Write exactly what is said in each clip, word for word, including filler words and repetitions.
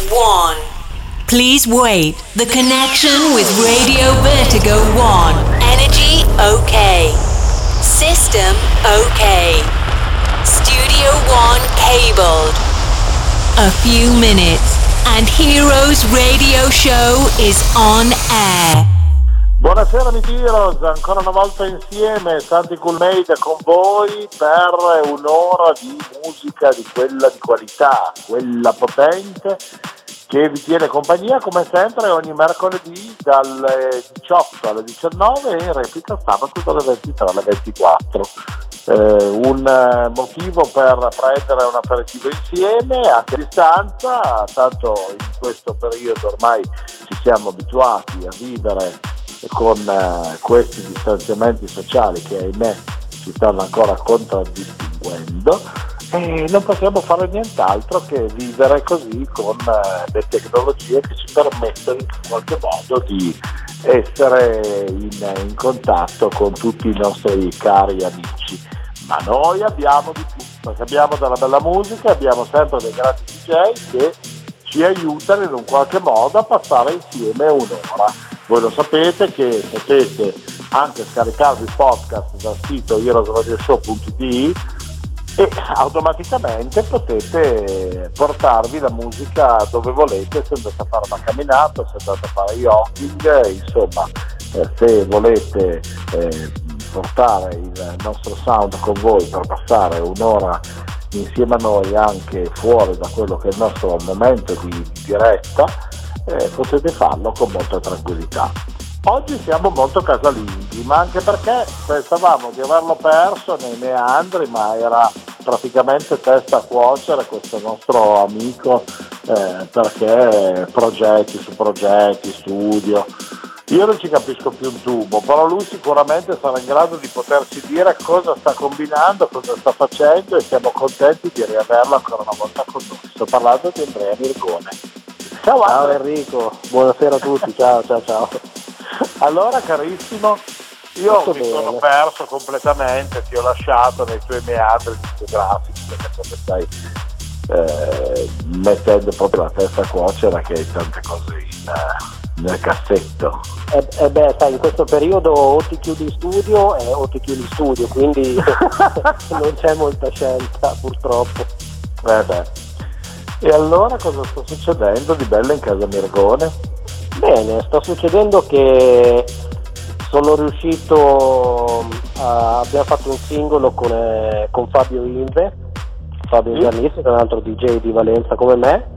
one. Please wait. The connection with Radio Vertigo one. Energy okay. System okay. Studio one cabled. A few minutes and Heroes Radio Show is on air. Buonasera amici Heroes, ancora una volta insieme, Santi Coolmade con voi per un'ora di musica di quella di qualità, quella potente che vi tiene compagnia come sempre ogni mercoledì dalle diciotto alle diciannove e in replica sabato dalle ventitré alle ventiquattro. Eh, un motivo per prendere un aperitivo insieme anche a distanza, tanto in questo periodo ormai ci siamo abituati a vivere con eh, questi distanziamenti sociali che ahimè ci stanno ancora contraddistinguendo e non possiamo fare nient'altro che vivere così con eh, le tecnologie che ci permettono in qualche modo di essere in, in contatto con tutti i nostri cari amici. Ma noi abbiamo di più, perché abbiamo della bella musica, abbiamo sempre dei grandi D J che ci aiutano in un qualche modo a passare insieme un'ora. Voi lo sapete che potete anche scaricarvi il podcast dal sito heroes radio show punto it e automaticamente potete portarvi la musica dove volete, se andate a fare una camminata, se andate a fare jogging, insomma, eh, se volete eh, portare il nostro sound con voi per passare un'ora insieme a noi anche fuori da quello che è il nostro momento di, di diretta, eh, potete farlo con molta tranquillità. Oggi siamo molto casalinghi, ma anche perché pensavamo di averlo perso nei meandri, ma era praticamente testa a cuocere questo nostro amico, eh, perché progetti su progetti, studio. Io non ci capisco più un tubo, però lui sicuramente sarà in grado di poterci dire cosa sta combinando, cosa sta facendo e siamo contenti di riaverlo ancora una volta con noi. Sto parlando di Andrea Mirgone. Ciao, ciao Enrico, buonasera a tutti, ciao ciao ciao. Allora carissimo, io Tutto mi bene. sono perso completamente, ti ho lasciato nei tuoi meandri discografici perché so che stai eh, mettendo proprio la testa a cuocere, che hai tante cose in, uh, nel cassetto. E eh, eh beh, sai, in questo periodo o ti chiudi in studio eh, o ti chiudi in studio, quindi non c'è molta scelta purtroppo. Eh beh. E allora cosa sta succedendo di bello in casa Mirgone? Bene, sta succedendo che sono riuscito a, abbiamo fatto un singolo con, eh, con Fabio Inve, Fabio Sì. Giannissi, che è un altro D J di Valenza come me,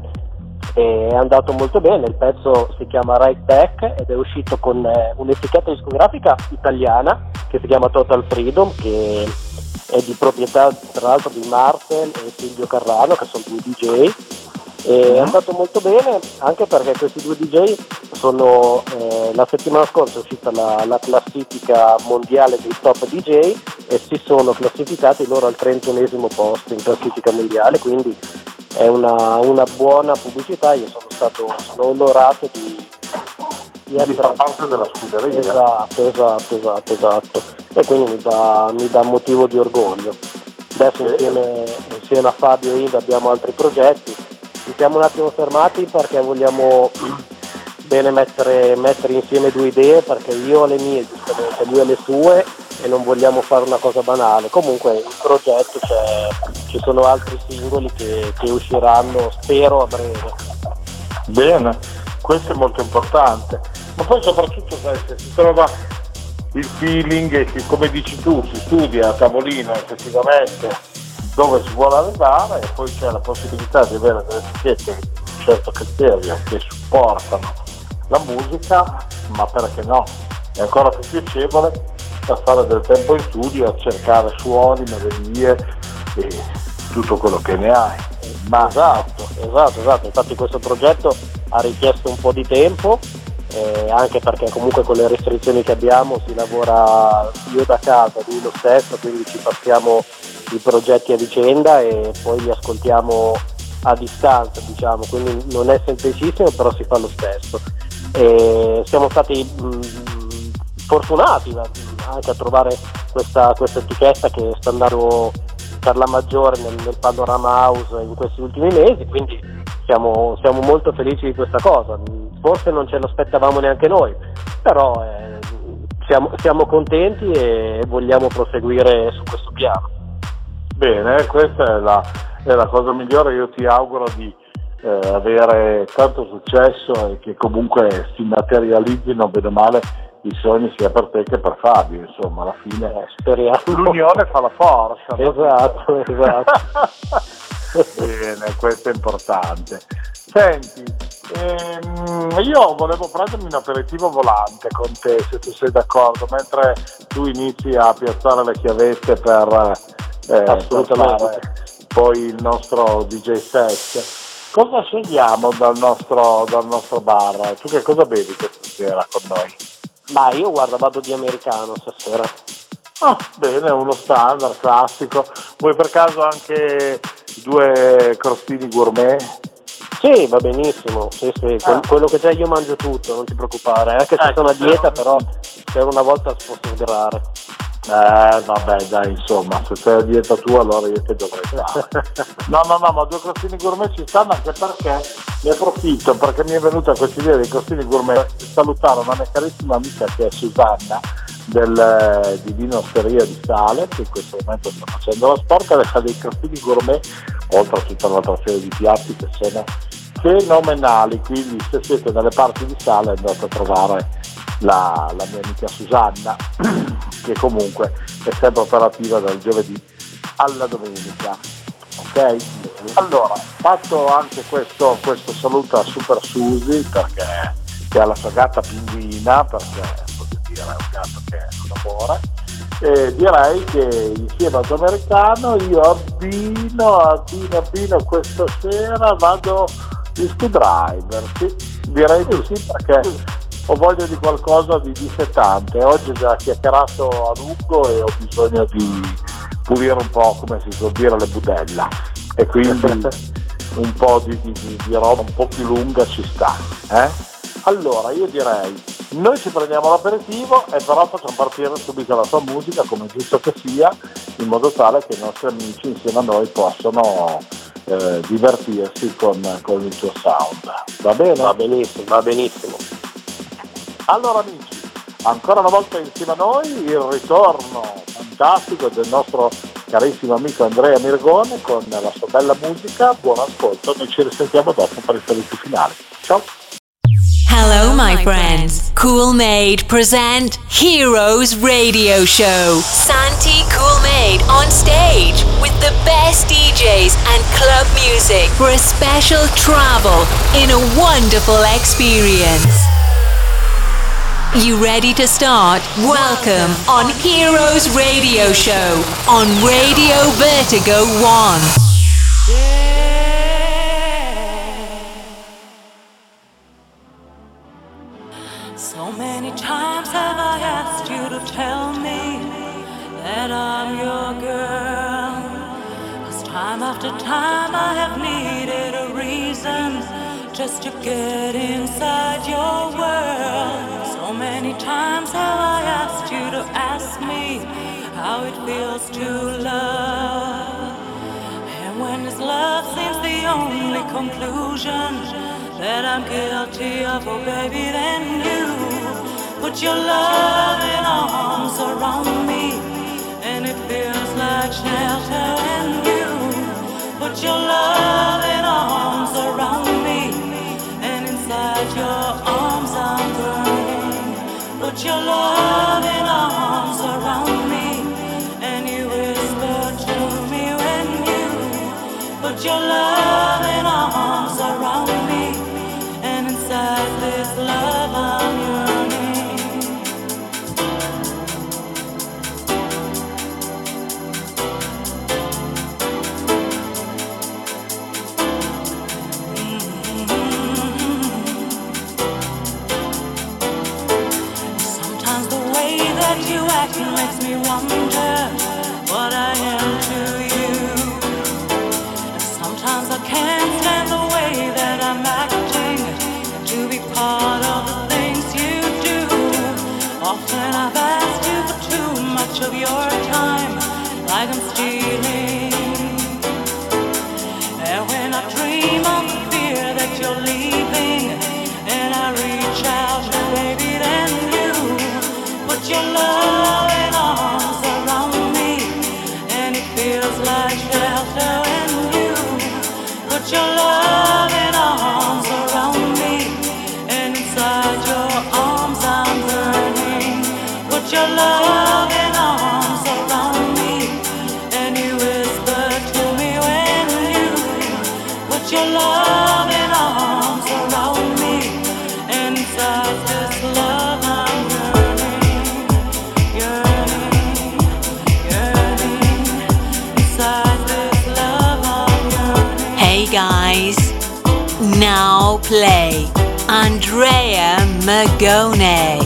e è andato molto bene. Il pezzo si chiama Right Back ed è uscito con eh, un'etichetta discografica italiana che si chiama Total Freedom, che è di proprietà tra l'altro di Marcel e Silvio Carrano, che sono due D J, e è andato molto bene anche perché questi due D J sono eh, la settimana scorsa è uscita la, la classifica mondiale dei top D J e si sono classificati loro al trentunesimo posto in classifica mondiale, quindi è una, una buona pubblicità. Io sono stato sono onorato di, di Di far parte della scuderia. esatto, esatto, esatto, esatto. E quindi mi dà, mi dà motivo di orgoglio. Adesso Sì. insieme, insieme a Fabio e Ida abbiamo altri progetti. Ci siamo un attimo fermati perché vogliamo bene mettere, mettere insieme due idee, perché io ho le mie, giustamente, lui ha le sue e non vogliamo fare una cosa banale. Comunque il progetto c'è, ci sono altri singoli che, che usciranno, spero, a breve. Bene, questo è molto importante. Ma poi soprattutto sai, se si trova il feeling e che, come dici tu, si studia a tavolino effettivamente dove si vuole arrivare e poi c'è la possibilità di avere delle etichette di un certo criterio che supportano la musica, ma perché no? È ancora più piacevole passare del tempo in studio a cercare suoni, melodie e tutto quello che ne hai. Ma Esatto, esatto, esatto. Infatti questo progetto ha richiesto un po' di tempo, eh, anche perché comunque con le restrizioni che abbiamo si lavora io da casa, lui lo stesso, quindi ci passiamo i progetti a vicenda e poi li ascoltiamo a distanza, diciamo, quindi non è semplicissimo, però si fa lo stesso. E siamo stati mh, fortunati anche a trovare questa, questa etichetta che sta andando per la maggiore nel, nel panorama house in questi ultimi mesi, quindi siamo, siamo molto felici di questa cosa. Forse non ce lo aspettavamo neanche noi, però eh, siamo, siamo contenti e vogliamo proseguire su questo piano. Bene, questa è la, è la cosa migliore. Io ti auguro di eh, avere tanto successo e che comunque si materializzino bene o male i sogni sia per te che per Fabio, insomma, alla fine eh, speriamo. L'unione fa la forza. Esatto, no? esatto. Bene, questo è importante. Senti, ehm, io volevo prendermi un aperitivo volante con te, se tu sei d'accordo, mentre tu inizi a piazzare le chiavette per, eh, per fare poi il nostro D J set. Cosa scegliamo dal nostro, dal nostro bar? Tu che cosa bevi questa sera con noi? Ma io guarda, vado di americano stasera. Ah, bene, uno standard, classico. Vuoi per caso anche due crostini gourmet? Sì, va benissimo, sì, sì. Ah. Quello che c'è io mangio tutto, non ti preoccupare, anche se ecco, sono a dieta, però per una volta posso sgradare. Eh, vabbè, dai, insomma, se sei a dieta tu allora io che dovrei fare. No, no, no, ma due crostini gourmet ci stanno, anche perché ne approfitto, perché mi è venuta questa idea dei crostini gourmet. Salutare una mia carissima amica che è Susanna del, di Vino Osteria di Sale, che in questo momento sta facendo la sporca, e fa dei crostini gourmet, oltre a tutta un'altra serie di piatti che sono fenomenali, quindi se siete dalle parti di Sale andate a trovare la, la mia amica Susanna, che comunque è sempre operativa dal giovedì alla domenica. Ok? Allora, fatto anche questo, questo saluto a Super Susi, perché che ha la sua gatta pinguina, perché voglio dire è un gatto che è un amore, e direi che insieme al tuo americano io abbino, abbino, abbino questa sera, vado di Screwdriver, sì, direi di sì, perché ho voglia di qualcosa di dissettante. Oggi ho già chiacchierato a lungo e ho bisogno di pulire un po', come si può dire, le budella, e quindi un po' di, di, di, di roba un po' più lunga ci sta, eh? Allora io direi, noi ci prendiamo l'aperitivo e però facciamo partire subito la tua musica, come giusto che sia, in modo tale che i nostri amici insieme a noi possano eh, divertirsi con, con il tuo sound. Va bene? Va benissimo, va benissimo. Allora amici, ancora una volta insieme a noi il ritorno fantastico del nostro carissimo amico Andrea Mirgone con la sua bella musica. Buon ascolto, noi ci risentiamo dopo per i saluti finali. Ciao! Hello, my friends. Cool Made present Heroes Radio Show. Santi Cool Made on stage with the best D Js and club music for a special travel in a wonderful experience. You ready to start? Welcome on Heroes Radio Show on Radio Vertigo One. So many times have I asked you to tell me that I'm your girl. 'Cause time after time I have needed a reason just to get inside your world. So many times have I asked you to ask me how it feels to love. And when this love seems the only conclusion that I'm guilty of, oh baby, then you put your loving arms around me, and it feels like shelter. And you put your loving arms around me, and inside your arms I'm burning. Put your loving arms around me, and you whisper to me when you put your loving arms around me, and inside this love I'm yearning. You acting makes me wonder what I am to you. And sometimes I can't stand the way that I'm acting to be part of the things you do. Often I've asked you for too much of your time, like I'm stealing dream of the fear that you're leaving, and I reach out, baby, then you put your loving arms around me, and it feels like shelter when you put your loving arms around me, and inside your arms I'm burning. Put your loving arms around me, and you whisper to me when you put your loving arms around me, and inside this love I'm yearning, yearning, yearning. Inside this love I'm yearning. Hey guys, now play Andrea Magone.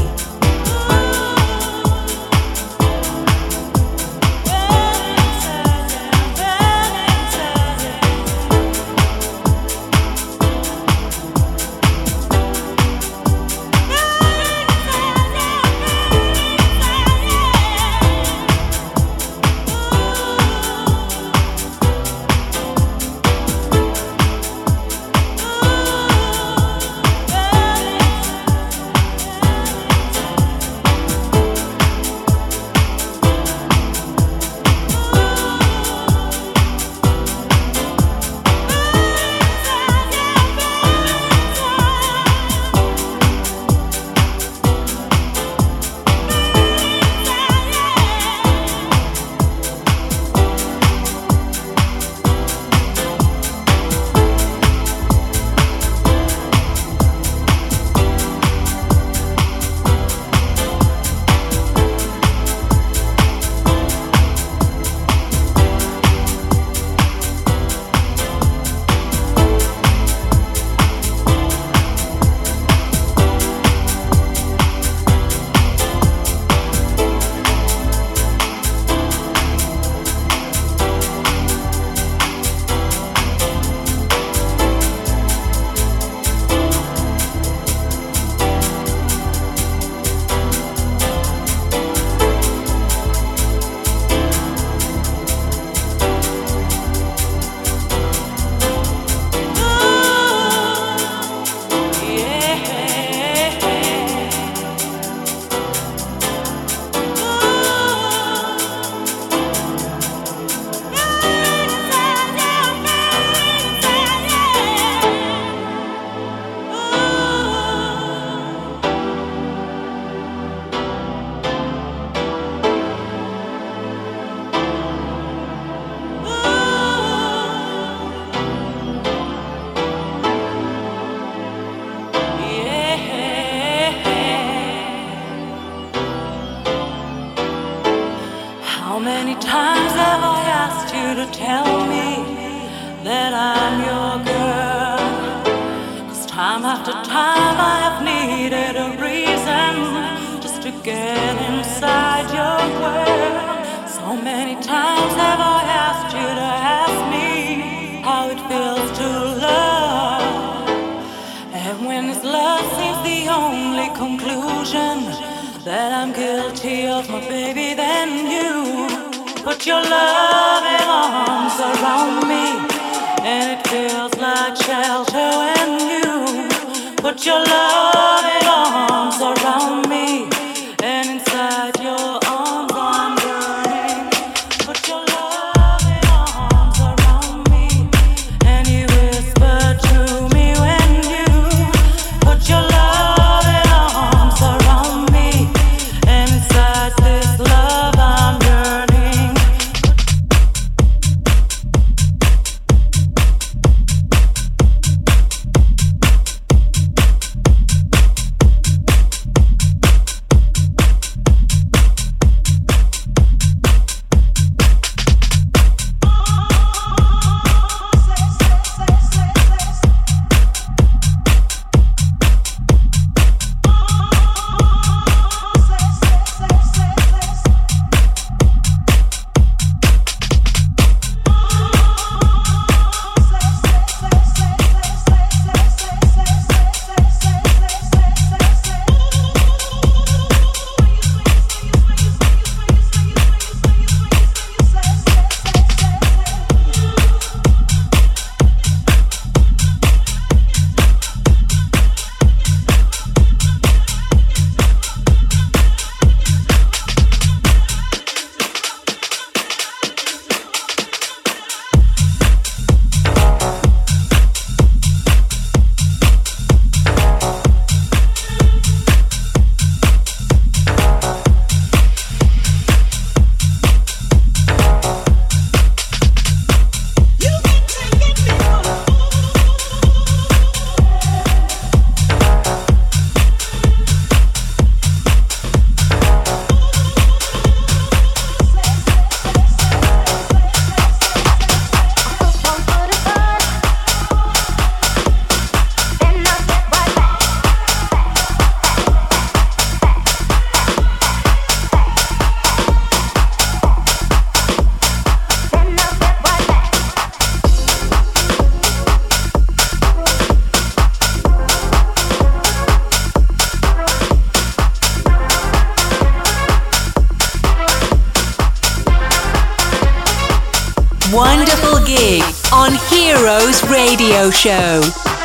Heroes Radio Show.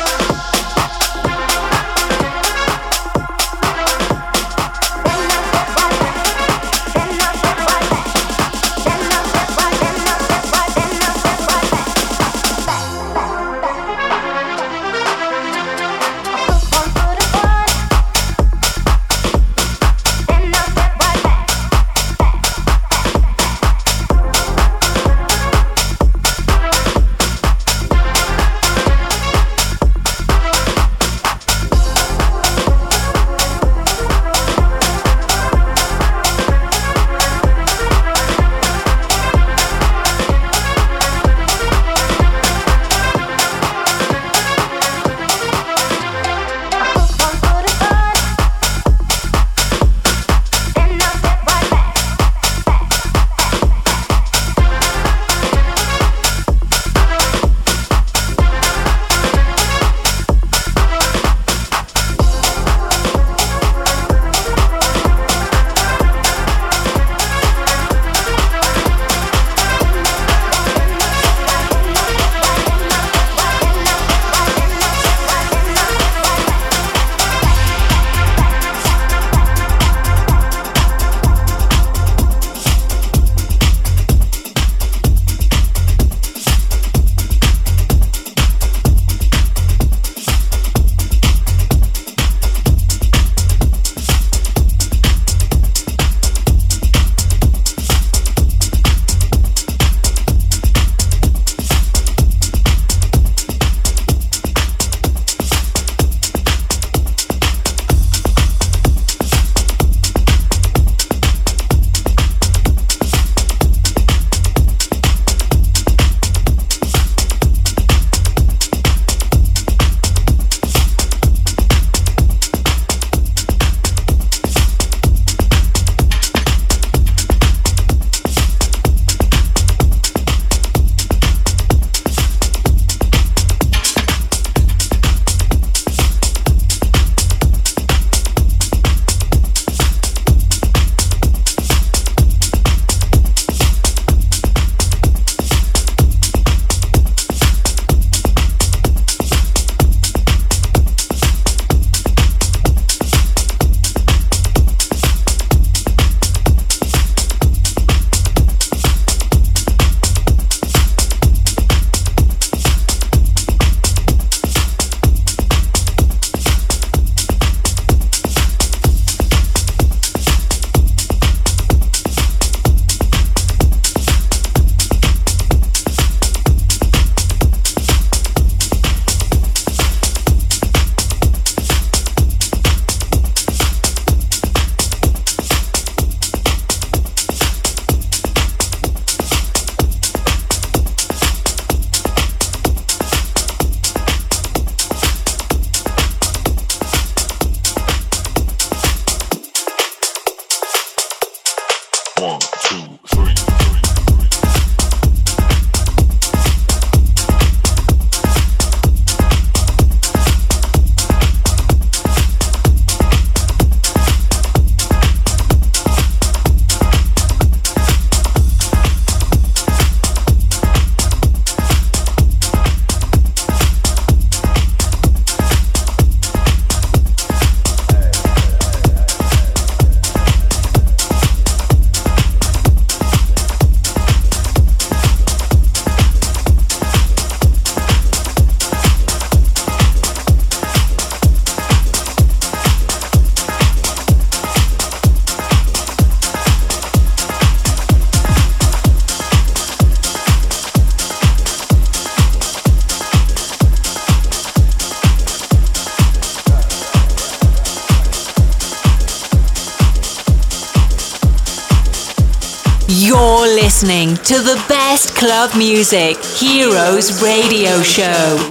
You're listening to the best club music, Heroes Radio Show.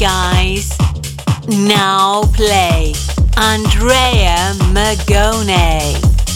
guys. Now play Andrea Magone.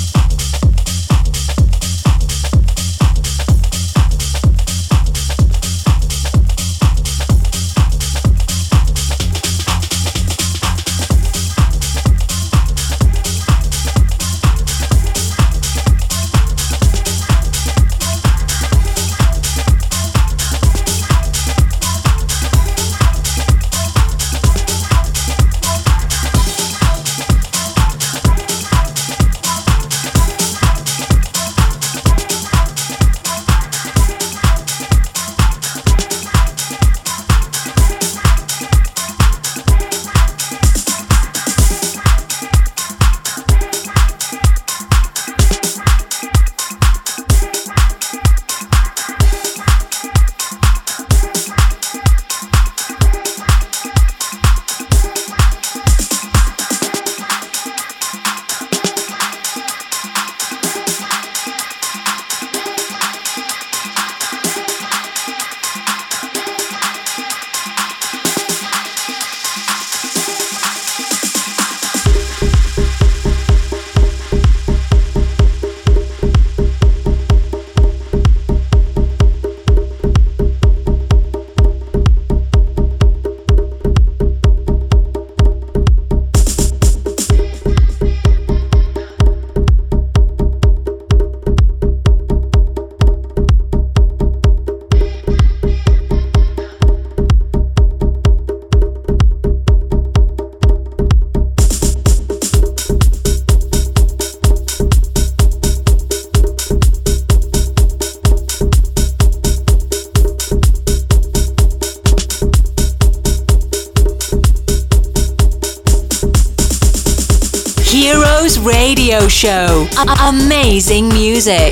Heroes Radio Show. A- amazing music.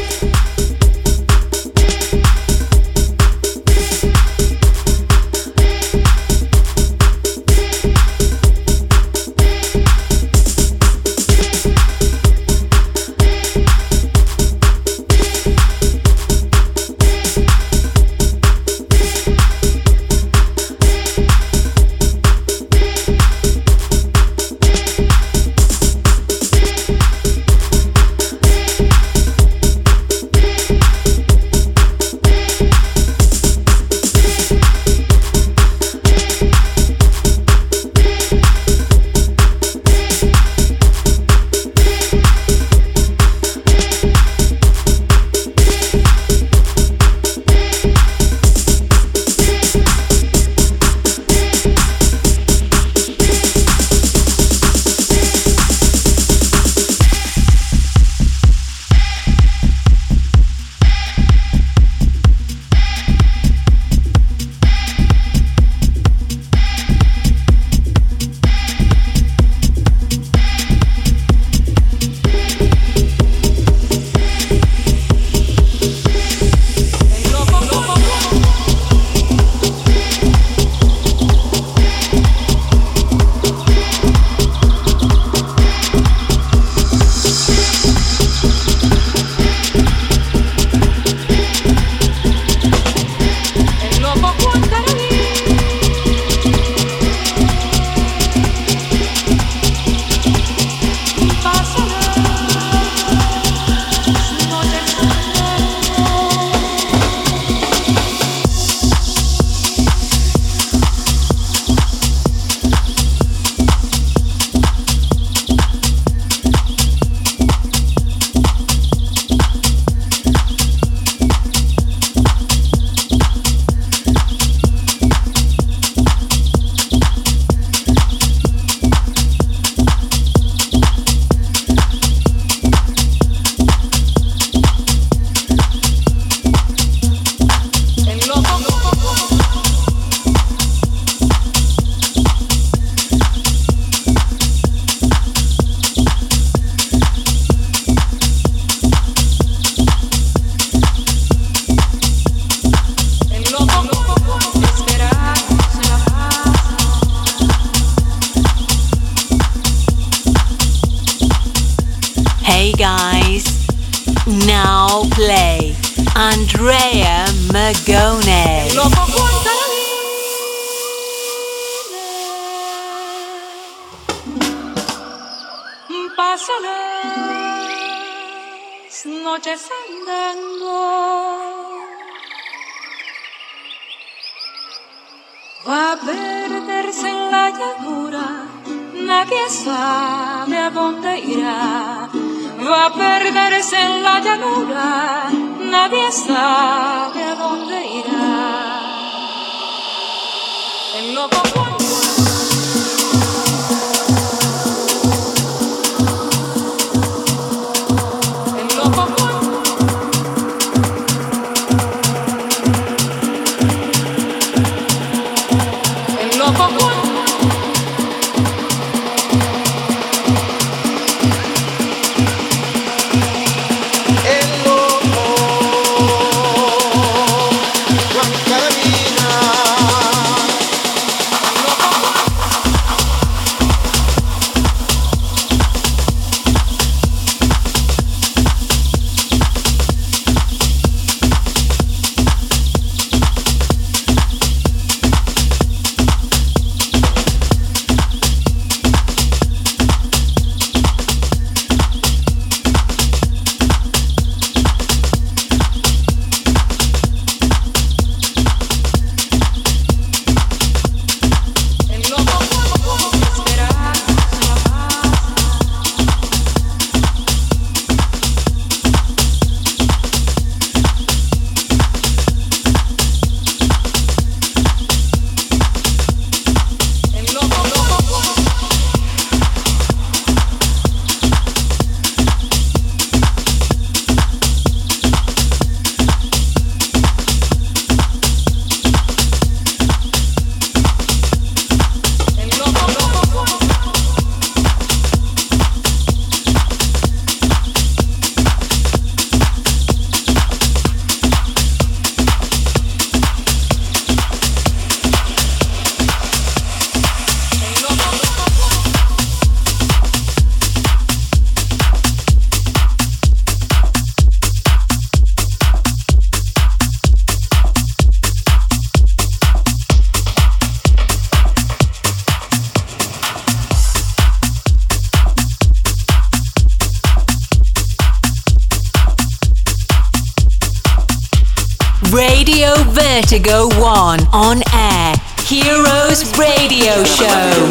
Hey guys, now play Andrea Magone. las noches andando va a perderse en la llanura, nadie sabe a dónde irá. Va a perderse en la llanura, nadie sabe a dónde irá. El loco Juan, el loco Juan, el loco Juan. Radio Vertigo One on air. Heroes Radio Show.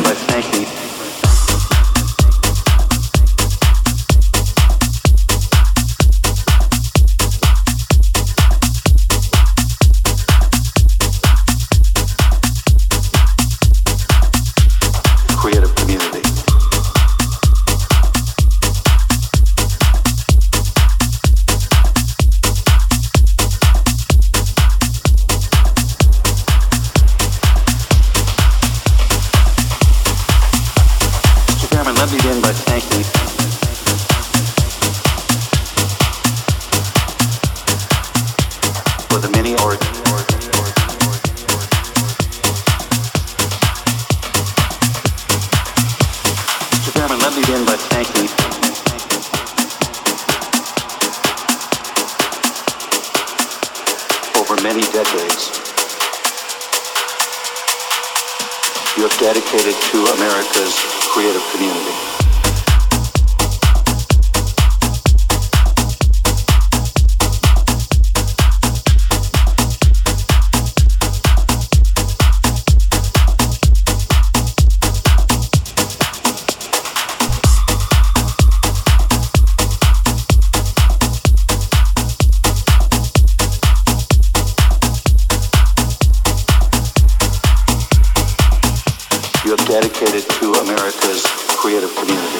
Dedicated to America's creative community.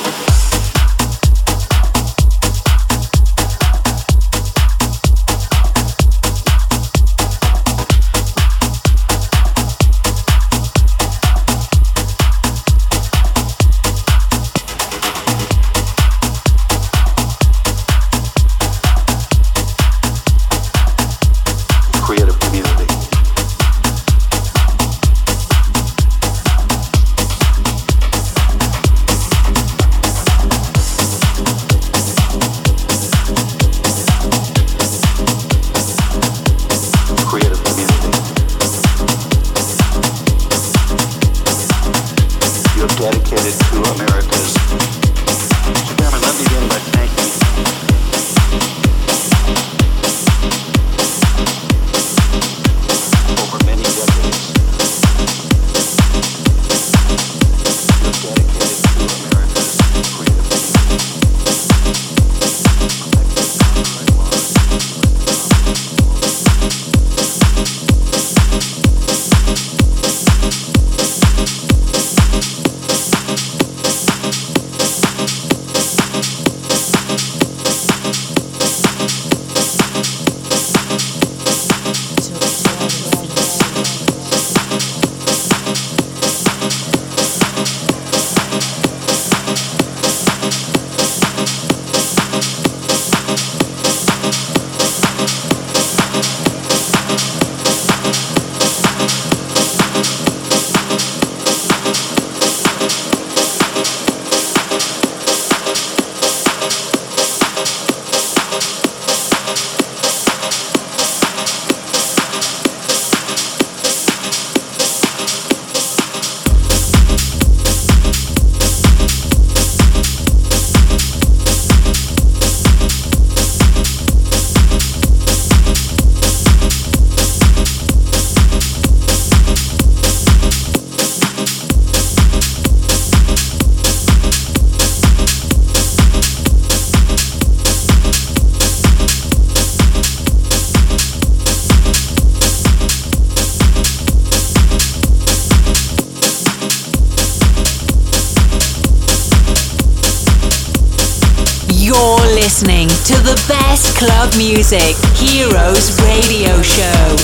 Listening to the best club music, Heroes Radio Show.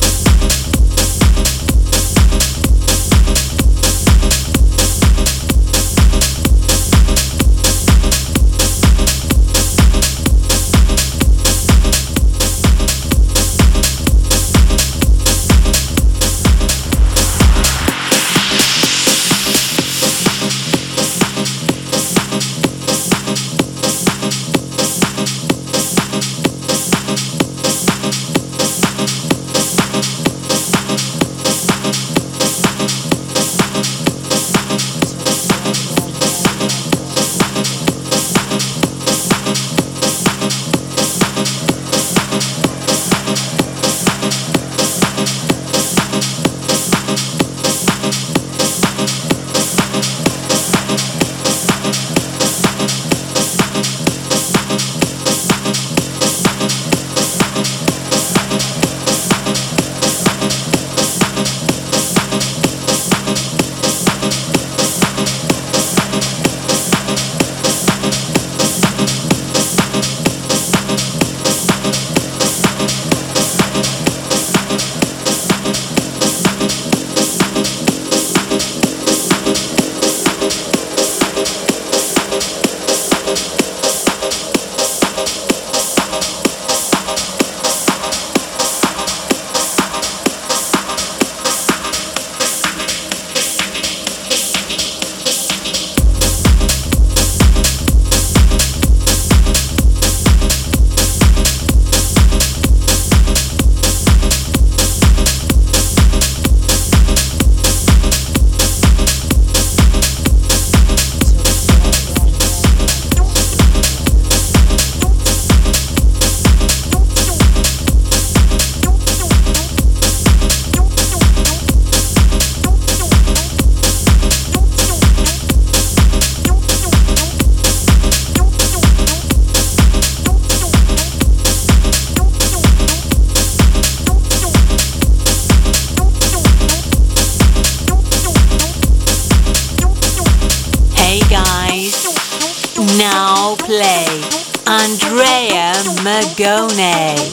Now play Andrea Magone.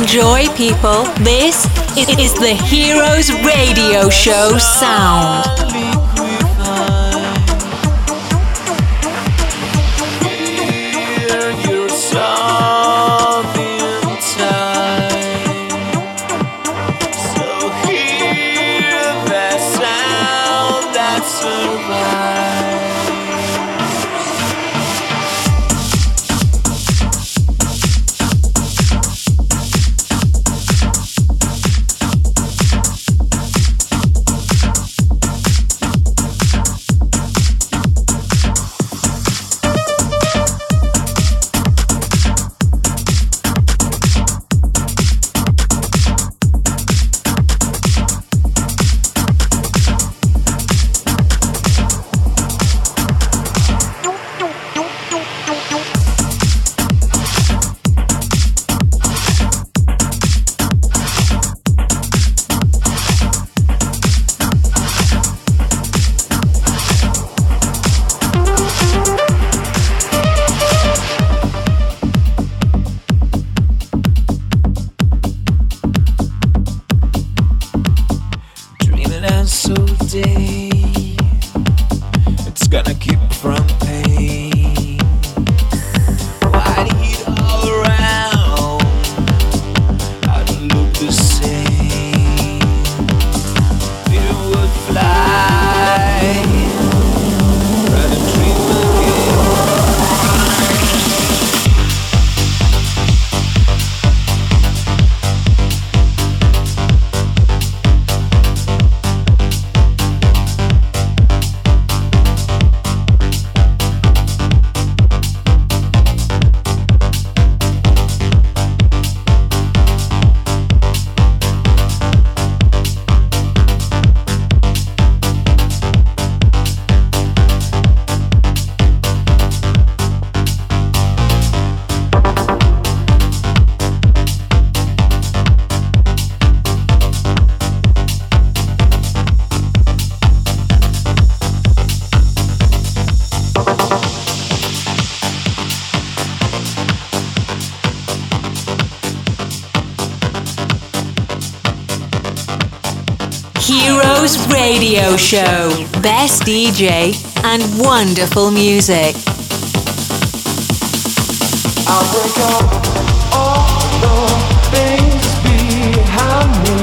Enjoy, people. This is the Heroes Radio Show sound. Heroes Radio Show. Best D J and wonderful music. I'll break up all the things behind me,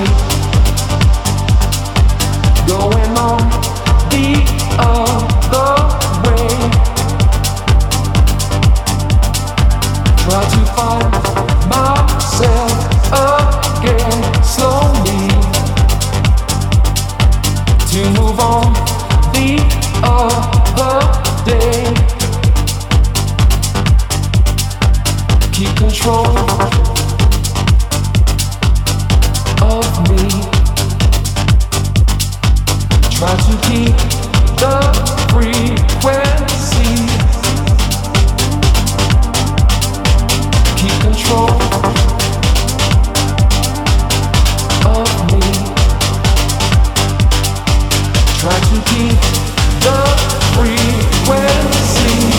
going on the other way. Try to find myself again slowly, to move on the other day. Keep control of me. Try to keep the frequency. Keep control of me. Try to keep the frequency.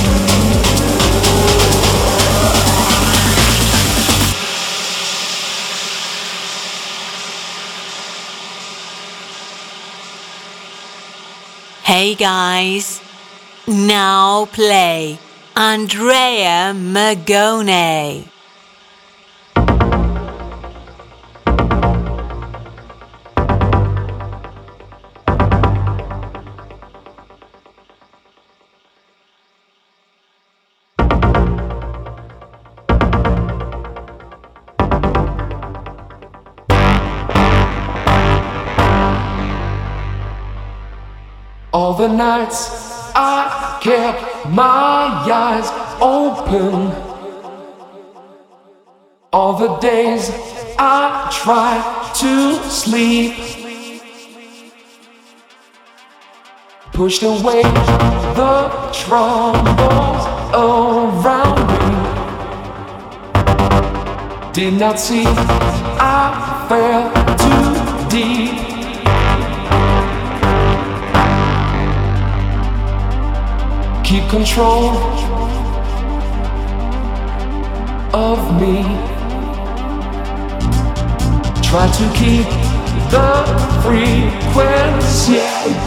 Hey guys, now play Andrea Magone. All the nights I kept my eyes open, all the days I tried to sleep, pushed away the troubles around me. Did not see I fell too deep. Keep control of me. Try to keep the frequency.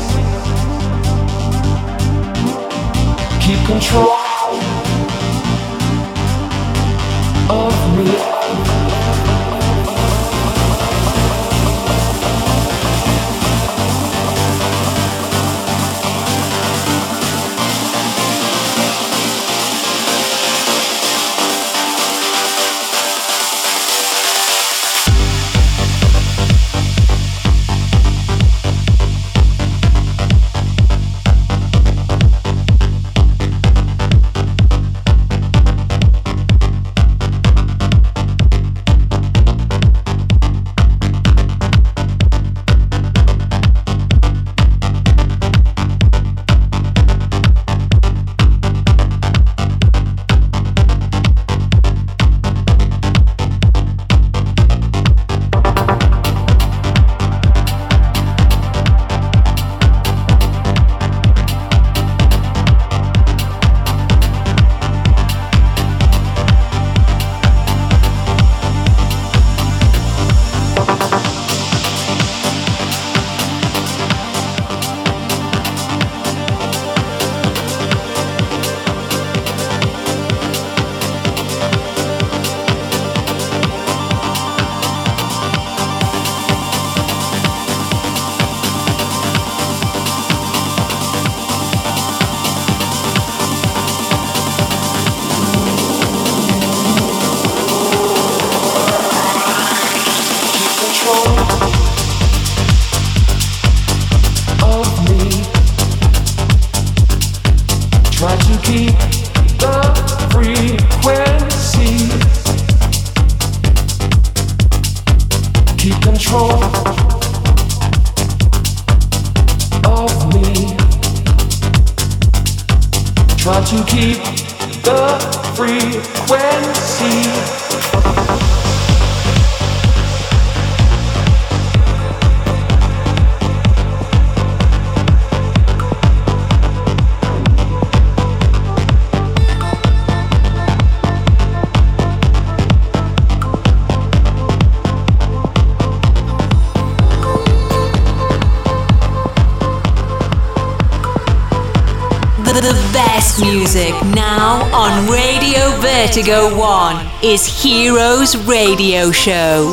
Keep control of me. To keep the frequency. The best music now on Radio Vertigo One is Heroes Radio Show.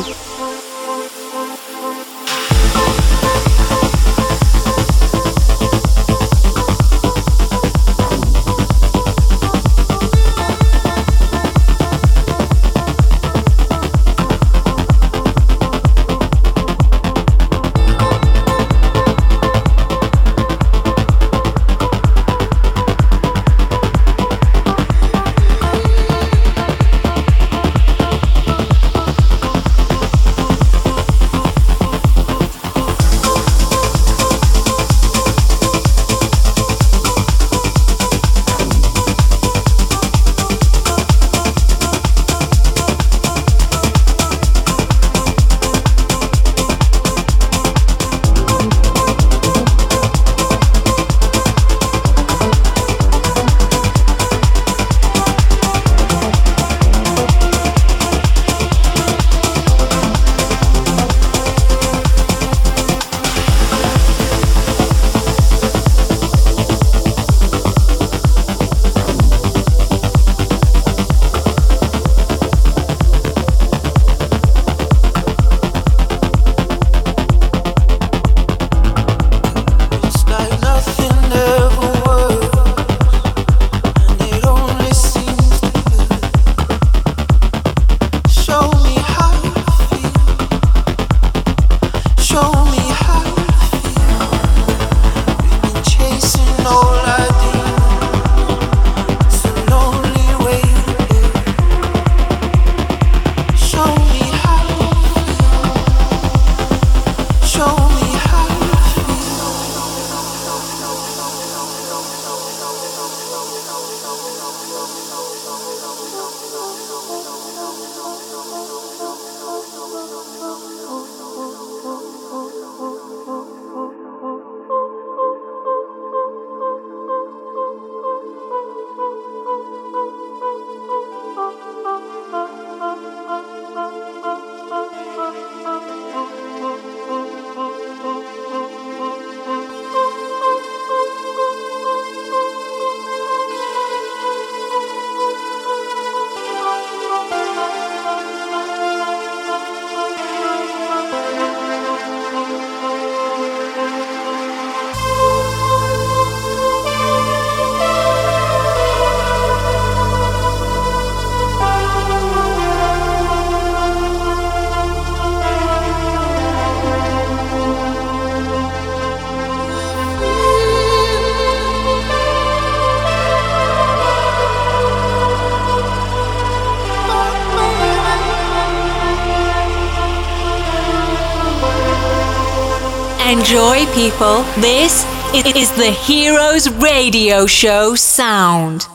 Enjoy, people. This is the Heroes Radio Show sound.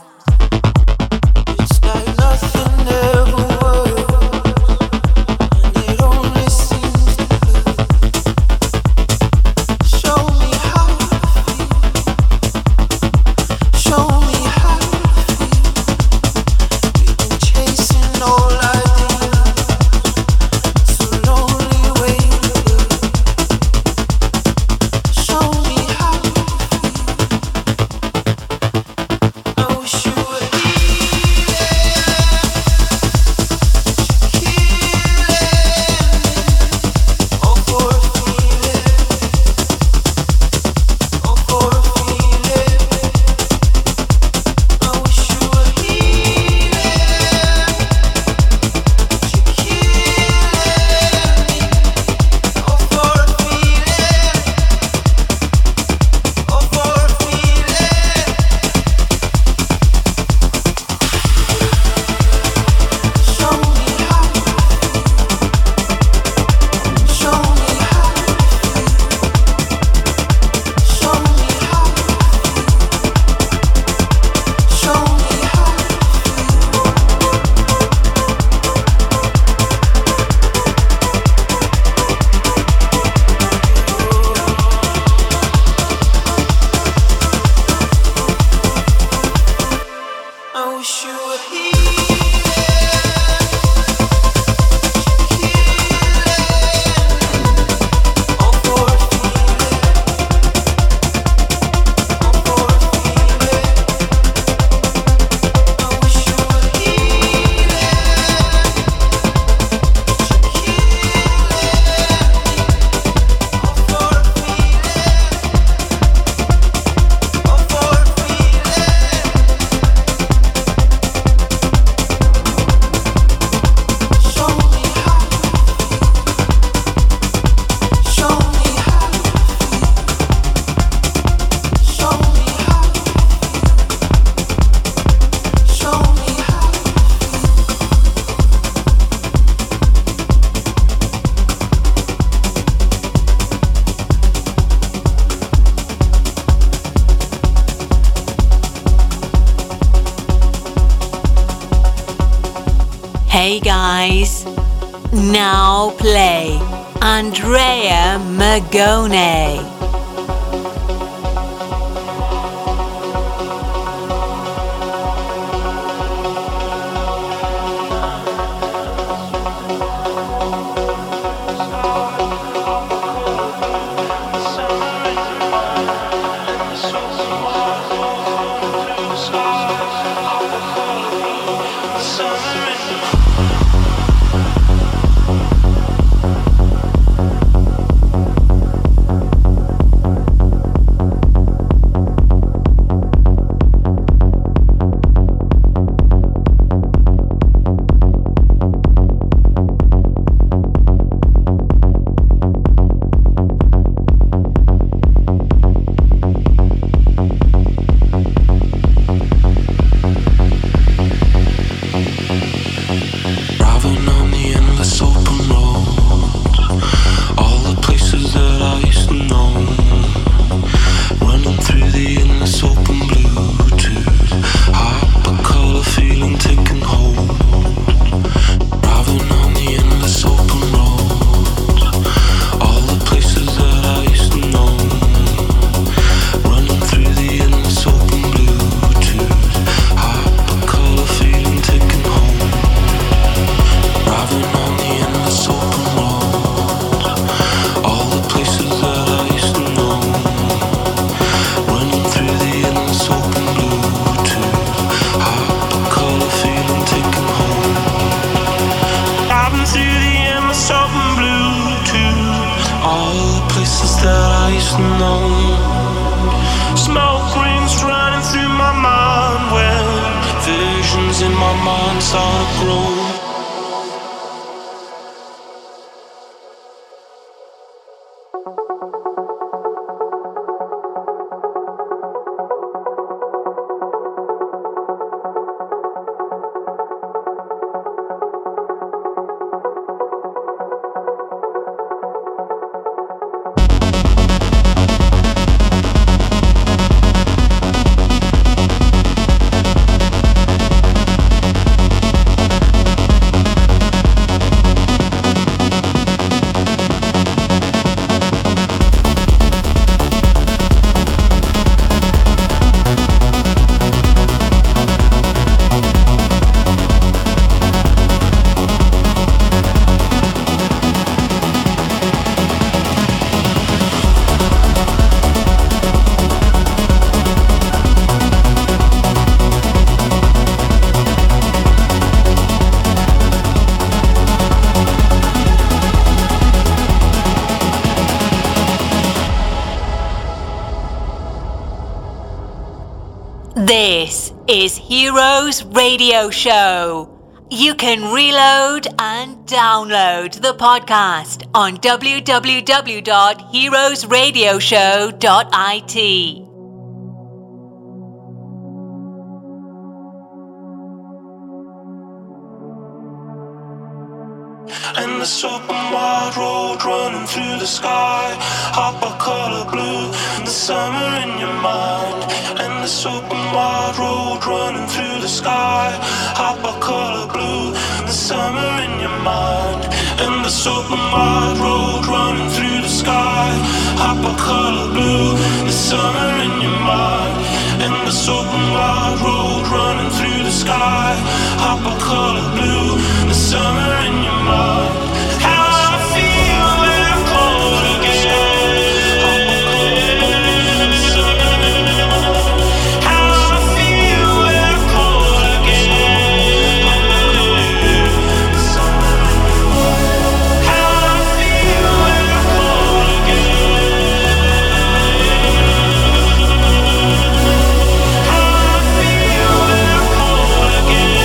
Hey guys, now play Andrea Magone. This is Heroes Radio Show. You can reload and download the podcast on w w w dot heroes radio show dot i t. And this open wide road running through the sky, hot by color blue, the summer in your mind. And this open wide road running through the sky, hot by color blue, the summer in your mind. And this open wide road running through the sky, hot by color blue, the summer in your mind. And this open wide road running through the sky, hot by color blue, the summer in your mind. How I feel when I'm cold again. How I feel when I'm cold again. How I feel when I'm cold again. How I feel when I'm cold again.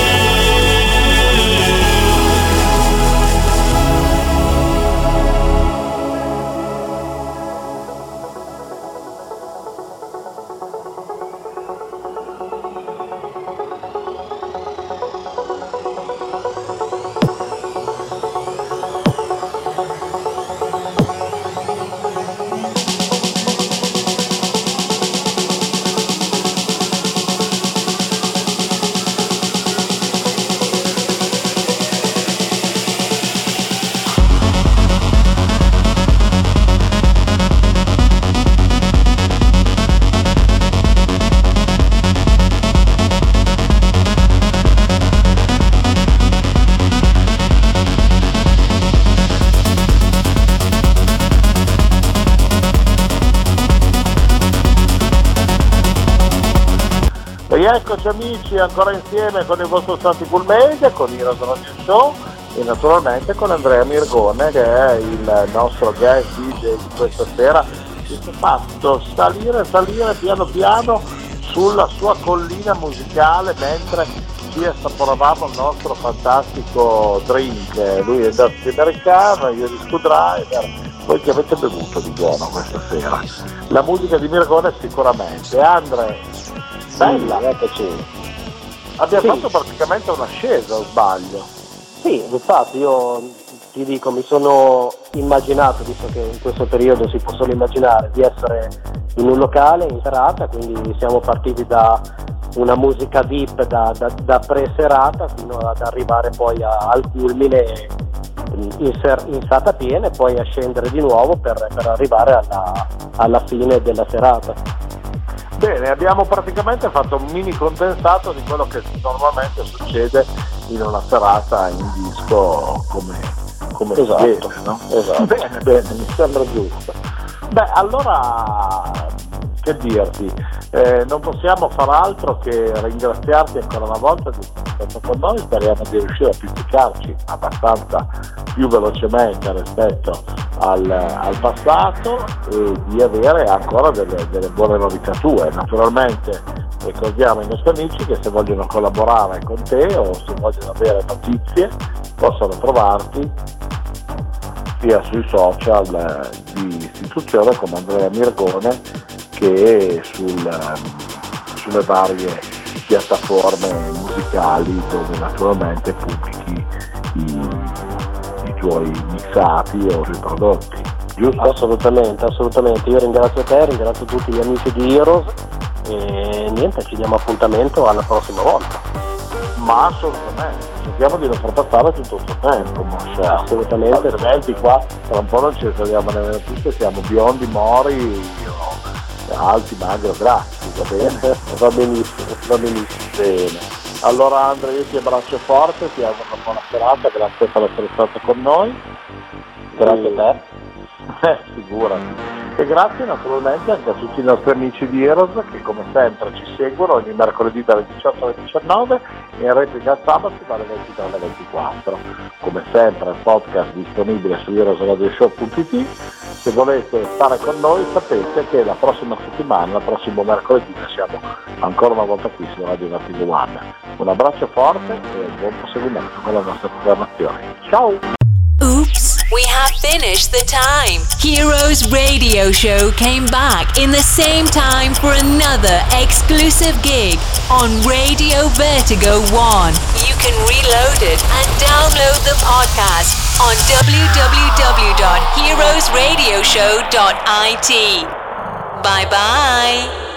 Eccoci amici, ancora insieme con il vostro Santi Cool Made, con Heroes Radio Show e naturalmente con Andrea Mirgone, che è il nostro guest D J di questa sera, che si è fatto salire, salire piano piano sulla sua collina musicale mentre ci assaporavamo il nostro fantastico drink. Lui è andato di americano, io di Screwdriver. Voi che avete bevuto di buono questa sera? La musica di Mirgone sicuramente. Andre, bella, Sì, abbiamo sì. fatto praticamente un'ascesa, o sbaglio? Sì, infatti io ti dico, mi sono immaginato, visto che in questo periodo si può solo immaginare, di essere in un locale in serata, quindi siamo partiti da una musica deep da, da, da pre-serata fino ad arrivare poi a, al culmine in, ser, in serata piena e poi a scendere di nuovo per, per arrivare alla, alla fine della serata. Bene, abbiamo praticamente fatto un mini condensato di quello che normalmente succede in una serata in disco come, come Esatto, si deve, no? esatto. Bene, bene, mi sembra giusto. Beh, allora, che dirti, eh, non possiamo far altro che ringraziarti ancora una volta di essere stato con noi. Speriamo di riuscire a pizzicarci abbastanza più velocemente rispetto al, al passato e di avere ancora delle, delle buone novità tue. Naturalmente ricordiamo ai nostri amici che se vogliono collaborare con te o se vogliono avere notizie possono trovarti sia sui social eh, di istituzione come Andrea Mirgone che sul, sulle varie piattaforme musicali dove naturalmente pubblichi i, i tuoi mixati o riprodotti, giusto? Assolutamente, assolutamente. Io ringrazio te, ringrazio tutti gli amici di Heroes e niente, ci diamo appuntamento alla prossima volta. Ma assolutamente, cerchiamo di non far passare tutto il suo tempo, Moshe. Assolutamente. Altrimenti qua tra un po' non ci ritroviamo nelle notizie, siamo biondi, mori, alti, magro, grassi, va bene? Va benissimo, va benissimo. Bene. Allora Andrea, io ti abbraccio forte, ti auguro una buona serata, grazie per essere stato con noi. Grazie a te. Eh, figurati. E grazie naturalmente anche a tutti i nostri amici di Heroes che come sempre ci seguono ogni mercoledì dalle diciotto alle diciannove e in replica il sabato dalle ventitré alle ventiquattro. Come sempre il podcast disponibile su heroes radio show punto it. Se volete stare con noi sapete che la prossima settimana, il prossimo mercoledì, siamo ancora una volta qui su Radio Vertigo One. Un abbraccio forte e buon proseguimento con la nostra programmazione. Ciao! Oops, we have finished the time. Heroes Radio Show came back in the same time for another exclusive gig on Radio Vertigo One. You can reload it and download the podcast on w w w dot heroes radio show dot i t. Bye bye.